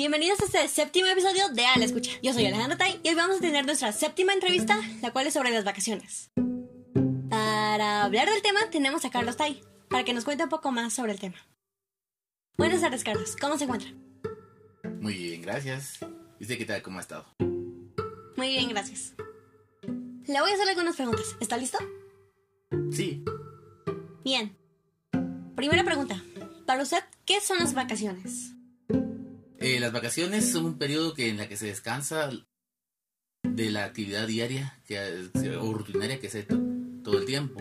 Bienvenidos a este séptimo episodio de A la Escucha. Yo soy Alejandra Tay y hoy vamos a tener nuestra séptima entrevista, la cual es sobre las vacaciones. Para hablar del tema tenemos a Carlos Tay, para que nos cuente un poco más sobre el tema. Buenas tardes, Carlos. ¿Cómo se encuentra? Muy bien, gracias. ¿Y usted qué tal? ¿Cómo ha estado? Muy bien, gracias. Le voy a hacer algunas preguntas. ¿Está listo? Sí. Bien. Primera pregunta. Para usted, ¿qué son las vacaciones? Las vacaciones son un periodo en la que se descansa de la actividad diaria o rutinaria que se hace todo el tiempo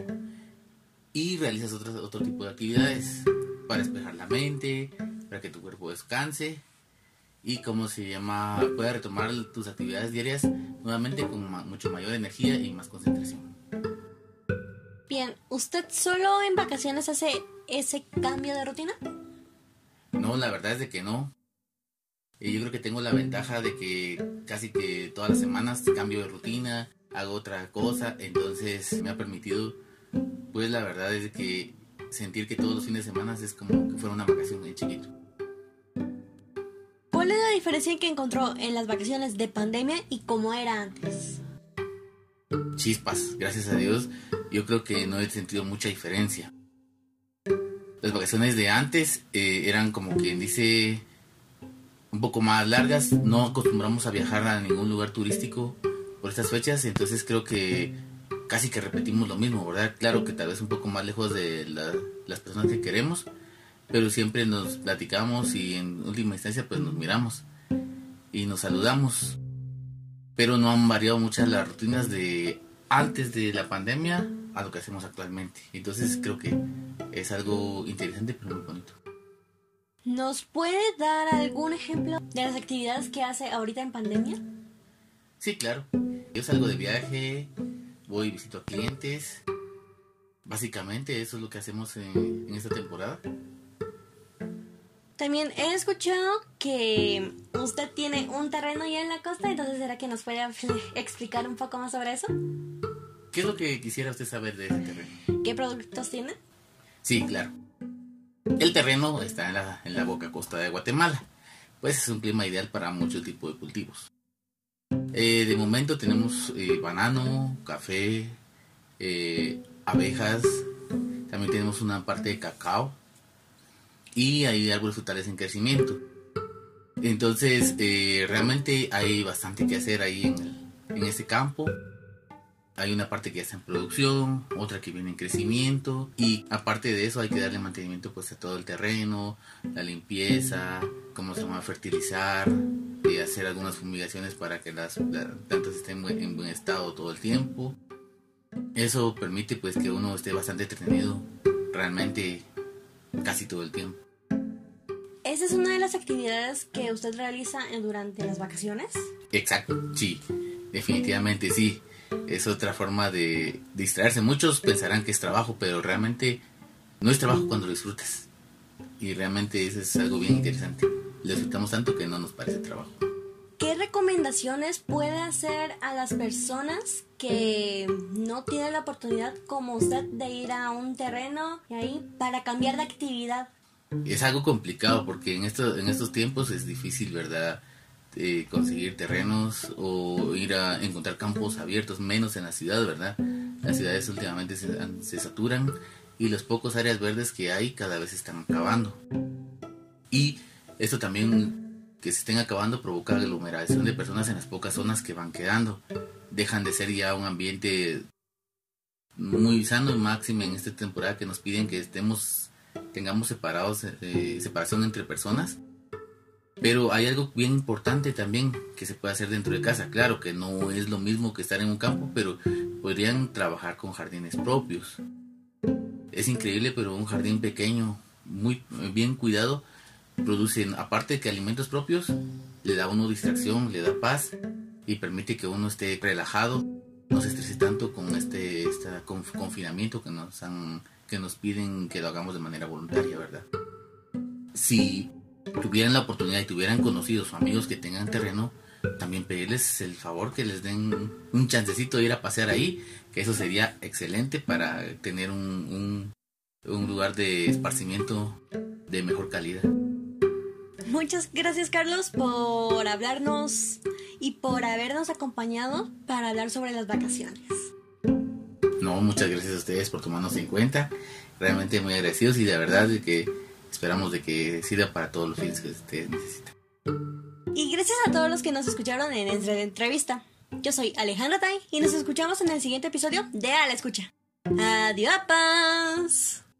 y realizas otro tipo de actividades para despejar la mente, para que tu cuerpo descanse y pueda retomar tus actividades diarias nuevamente con mucho mayor energía y más concentración. Bien, ¿usted solo en vacaciones hace ese cambio de rutina? No, la verdad es de que no. Yo creo que tengo la ventaja de que casi que todas las semanas cambio de rutina, hago otra cosa, entonces me ha permitido, pues la verdad es de que sentir que todos los fines de semana es como que fuera una vacación de chiquito. ¿Cuál es la diferencia que encontró en las vacaciones de pandemia y cómo era antes? Chispas, gracias a Dios, yo creo que no he sentido mucha diferencia. Las vacaciones de antes eran como quien dice un poco más largas, no acostumbramos a viajar a ningún lugar turístico por estas fechas, entonces creo que casi que repetimos lo mismo, ¿verdad? Claro que tal vez un poco más lejos de las personas que queremos, pero siempre nos platicamos y en última instancia pues nos miramos y nos saludamos, pero no han variado muchas las rutinas de antes de la pandemia a lo que hacemos actualmente, entonces creo que es algo interesante pero muy bonito. ¿Nos puede dar algún ejemplo de las actividades que hace ahorita en pandemia? Sí, claro. Yo salgo de viaje, voy y visito a clientes. Básicamente eso es lo que hacemos en esta temporada. También he escuchado que usted tiene un terreno ya en la costa, entonces ¿será que nos puede explicar un poco más sobre eso? ¿Qué es lo que quisiera usted saber de ese terreno? ¿Qué productos tiene? Sí, claro. El terreno está en la boca costa de Guatemala. Pues es un clima ideal para muchos tipos de cultivos. De momento tenemos banano, café, abejas. También tenemos una parte de cacao. Y hay árboles frutales en crecimiento. Entonces realmente hay bastante que hacer ahí en este campo. Hay una parte que ya está en producción, otra que viene en crecimiento y aparte de eso hay que darle mantenimiento pues a todo el terreno, la limpieza, fertilizar, y hacer algunas fumigaciones para que las plantas estén en buen estado todo el tiempo. Eso permite pues que uno esté bastante entretenido realmente casi todo el tiempo. ¿Esa es una de las actividades que usted realiza durante las vacaciones? Exacto, sí, definitivamente sí. Es otra forma de distraerse. Muchos pensarán que es trabajo, pero realmente no es trabajo cuando lo disfrutas. Y realmente eso es algo bien interesante. Lo disfrutamos tanto que no nos parece trabajo. ¿Qué recomendaciones puede hacer a las personas que no tienen la oportunidad como usted de ir a un terreno y ahí para cambiar de actividad? Es algo complicado porque en estos tiempos es difícil, ¿verdad? Conseguir terrenos o ir a encontrar campos abiertos, menos en la ciudad, ¿verdad? Las ciudades últimamente se saturan y las pocas áreas verdes que hay cada vez se están acabando. Y esto también, que se estén acabando, provoca aglomeración de personas en las pocas zonas que van quedando. Dejan de ser ya un ambiente muy sano y máximo en esta temporada que nos piden que tengamos separación entre personas. Pero hay algo bien importante también que se puede hacer dentro de casa. Claro que no es lo mismo que estar en un campo, pero podrían trabajar con jardines propios. Es increíble, pero un jardín pequeño, muy bien cuidado, produce, aparte que alimentos propios, le da a uno distracción, le da paz y permite que uno esté relajado, no se estrese tanto con este confinamiento que nos piden que lo hagamos de manera voluntaria, ¿verdad? Si tuvieran la oportunidad y tuvieran conocidos o amigos que tengan terreno, también pedirles el favor que les den un chancecito de ir a pasear ahí, que eso sería excelente para tener un lugar de esparcimiento de mejor calidad. Muchas gracias, Carlos, por hablarnos y por habernos acompañado para hablar sobre las vacaciones. No, muchas gracias a ustedes por tomarnos en cuenta. Realmente muy agradecidos y de verdad de que esperamos de que sirva para todos los fines que ustedes necesitan. Y gracias a todos los que nos escucharon en nuestra entrevista. Yo soy Alejandra Tay y nos escuchamos en el siguiente episodio de A la Escucha. ¡Adiós!